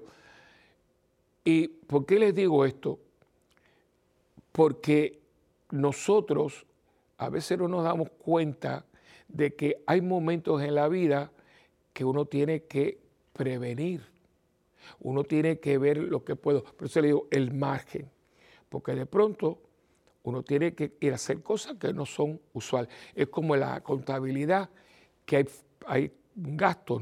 [SPEAKER 1] ¿Y por qué les digo esto? Porque nosotros a veces no nos damos cuenta de que hay momentos en la vida que uno tiene que prevenir. Uno tiene que ver lo que puedo. Por eso le digo el margen. Porque de pronto uno tiene que ir a hacer cosas que no son usuales. Es como en la contabilidad, que hay, hay gastos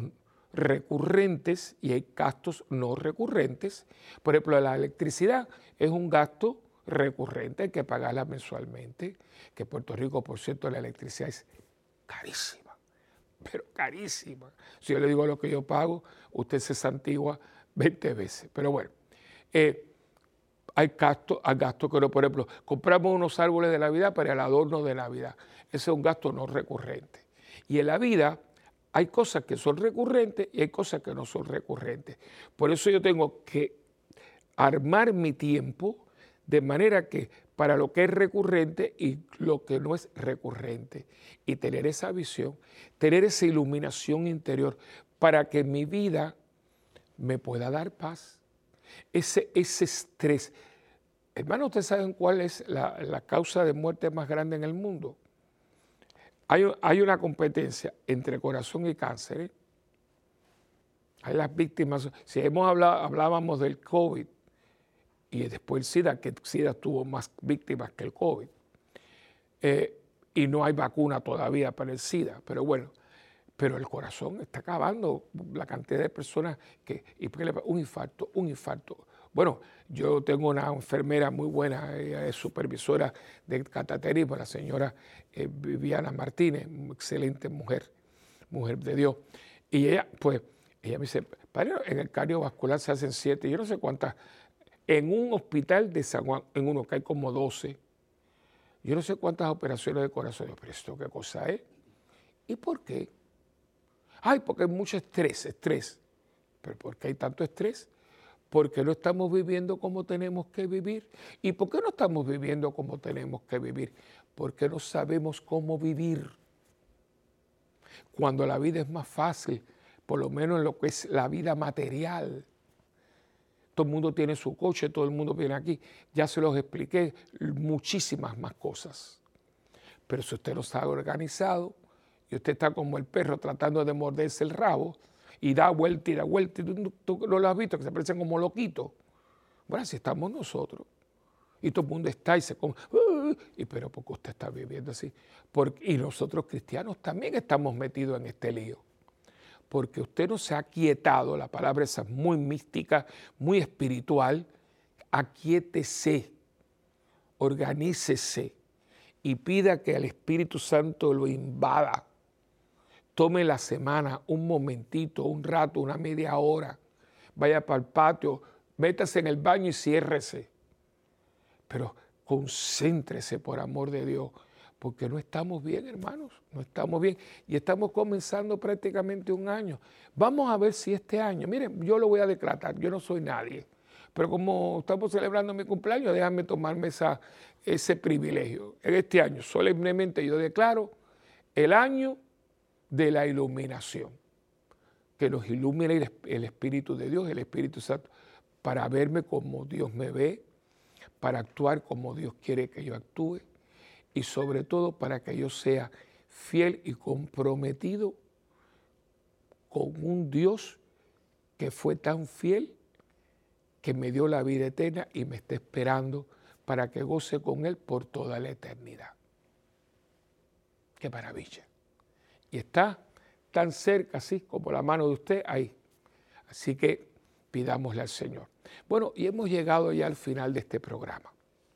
[SPEAKER 1] recurrentes y hay gastos no recurrentes. Por ejemplo, la electricidad es un gasto recurrente, hay que pagarla mensualmente, que Puerto Rico, por cierto, la electricidad es carísima, pero carísima. Si yo le digo lo que yo pago, usted se santigua veinte veces. Pero bueno, eh, hay gastos, hay gastos que no, por ejemplo, compramos unos árboles de Navidad para el adorno de Navidad. Ese es un gasto no recurrente. Y en la vida hay cosas que son recurrentes y hay cosas que no son recurrentes. Por eso yo tengo que armar mi tiempo de manera que para lo que es recurrente y lo que no es recurrente. Y tener esa visión, tener esa iluminación interior para que mi vida me pueda dar paz. Ese, ese estrés. Hermano, ¿ustedes saben cuál es la, la causa de muerte más grande en el mundo? Hay, hay una competencia entre corazón y cáncer. ¿eh? Hay las víctimas. Si hemos hablado, hablábamos del COVID y después el SIDA, que el SIDA tuvo más víctimas que el COVID. Eh, y no hay vacuna todavía para el SIDA, pero bueno, pero el corazón está acabando la cantidad de personas que, y un infarto, un infarto. Bueno, yo tengo una enfermera muy buena, ella es supervisora de cateterismo, la señora eh, Viviana Martínez, excelente mujer, mujer de Dios. Y ella, pues, ella me dice, padre, en el cardiovascular se hacen siete, yo no sé cuántas, en un hospital de San Juan, en uno que hay como doce, yo no sé cuántas operaciones de corazón. Yo, pero ¿esto qué cosa es? ¿Y por qué? Ay, porque hay mucho estrés, estrés. ¿Pero por qué hay tanto estrés? Porque no estamos viviendo como tenemos que vivir. ¿Y por qué no estamos viviendo como tenemos que vivir? Porque no sabemos cómo vivir. Cuando la vida es más fácil, por lo menos en lo que es la vida material. Todo el mundo tiene su coche, todo el mundo viene aquí. Ya se los expliqué muchísimas más cosas. Pero si usted no está organizado y usted está como el perro tratando de morderse el rabo y da vuelta y da vuelta, y tú, tú no lo has visto, que se parecen como loquitos. Bueno, así estamos nosotros. Y todo el mundo está y se come. Uh, y pero ¿por qué usted está viviendo así? Porque, y nosotros cristianos también estamos metidos en este lío. Porque usted no se ha aquietado, la palabra esa es muy mística, muy espiritual, aquíétese, organícese y pida que el Espíritu Santo lo invada. Tome la semana, un momentito, un rato, una media hora, vaya para el patio, métase en el baño y ciérrese. Pero concéntrese por amor de Dios, porque no estamos bien, hermanos, no estamos bien. Y estamos comenzando prácticamente un año. Vamos a ver si este año, miren, yo lo voy a declarar, yo no soy nadie, pero como estamos celebrando mi cumpleaños, déjame tomarme esa, ese privilegio. En este año, solemnemente yo declaro el año de la iluminación, que nos ilumine el Espíritu de Dios, el Espíritu Santo, para verme como Dios me ve, para actuar como Dios quiere que yo actúe, y sobre todo para que yo sea fiel y comprometido con un Dios que fue tan fiel que me dio la vida eterna y me está esperando para que goce con Él por toda la eternidad. ¡Qué maravilla! Y está tan cerca, así como la mano de usted, ahí. Así que pidámosle al Señor. Bueno, y hemos llegado ya al final de este programa.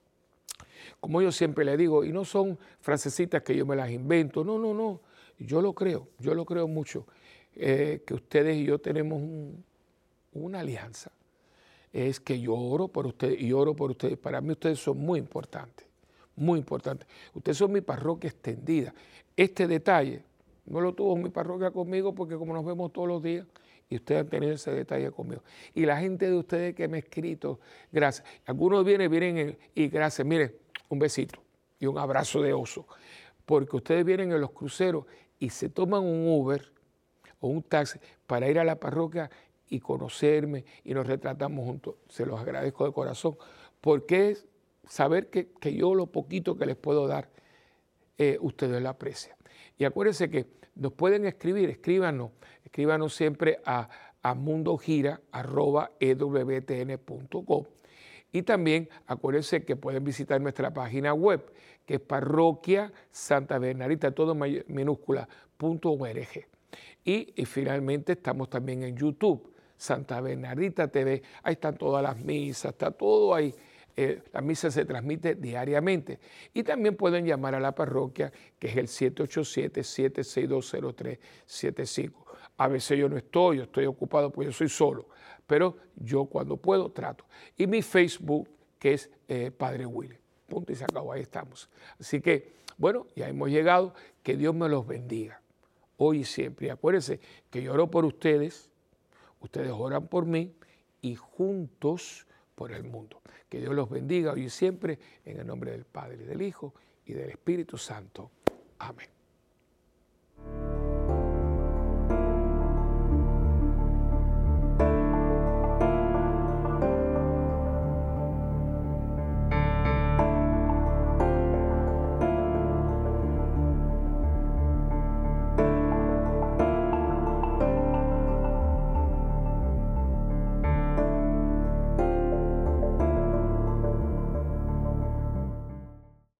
[SPEAKER 1] Como yo siempre le digo, y no son frasecitas que yo me las invento, no, no, no, yo lo creo, yo lo creo mucho, eh, que ustedes y yo tenemos un, una alianza. Es que yo oro por ustedes y oro por ustedes. Para mí ustedes son muy importantes, muy importantes. Ustedes son mi parroquia extendida. Este detalle no lo tuvo mi parroquia conmigo porque como nos vemos todos los días, y ustedes han tenido ese detalle conmigo. Y la gente de ustedes que me ha escrito, gracias. Algunos vienen, vienen y gracias. Miren, un besito y un abrazo de oso. Porque ustedes vienen en los cruceros y se toman un Uber o un taxi para ir a la parroquia y conocerme y nos retratamos juntos. Se los agradezco de corazón. Porque es saber que, que yo lo poquito que les puedo dar, eh, ustedes lo aprecian. Y acuérdense que nos pueden escribir, escríbanos, escríbanos siempre a, a mundogira arroba e w t n punto com. Y también acuérdense que pueden visitar nuestra página web, que es parroquia Santa Bernardita, todo minúscula, punto org. Y, y finalmente estamos también en YouTube, Santa Bernardita T V. Ahí están todas las misas, está todo ahí. eh, la misa se transmite diariamente. Y también pueden llamar a la parroquia, que es el siete ocho siete, siete seis dos, cero tres siete cinco. A veces yo no estoy, yo estoy ocupado porque yo soy solo, pero yo cuando puedo trato. Y mi Facebook, que es eh, Padre Willy. Punto y se acabó, ahí estamos. Así que, bueno, ya hemos llegado. Que Dios me los bendiga, hoy y siempre. Y acuérdense que yo oro por ustedes, ustedes oran por mí y juntos por el mundo. Que Dios los bendiga hoy y siempre, en el nombre del Padre, del Hijo y del Espíritu Santo. Amén.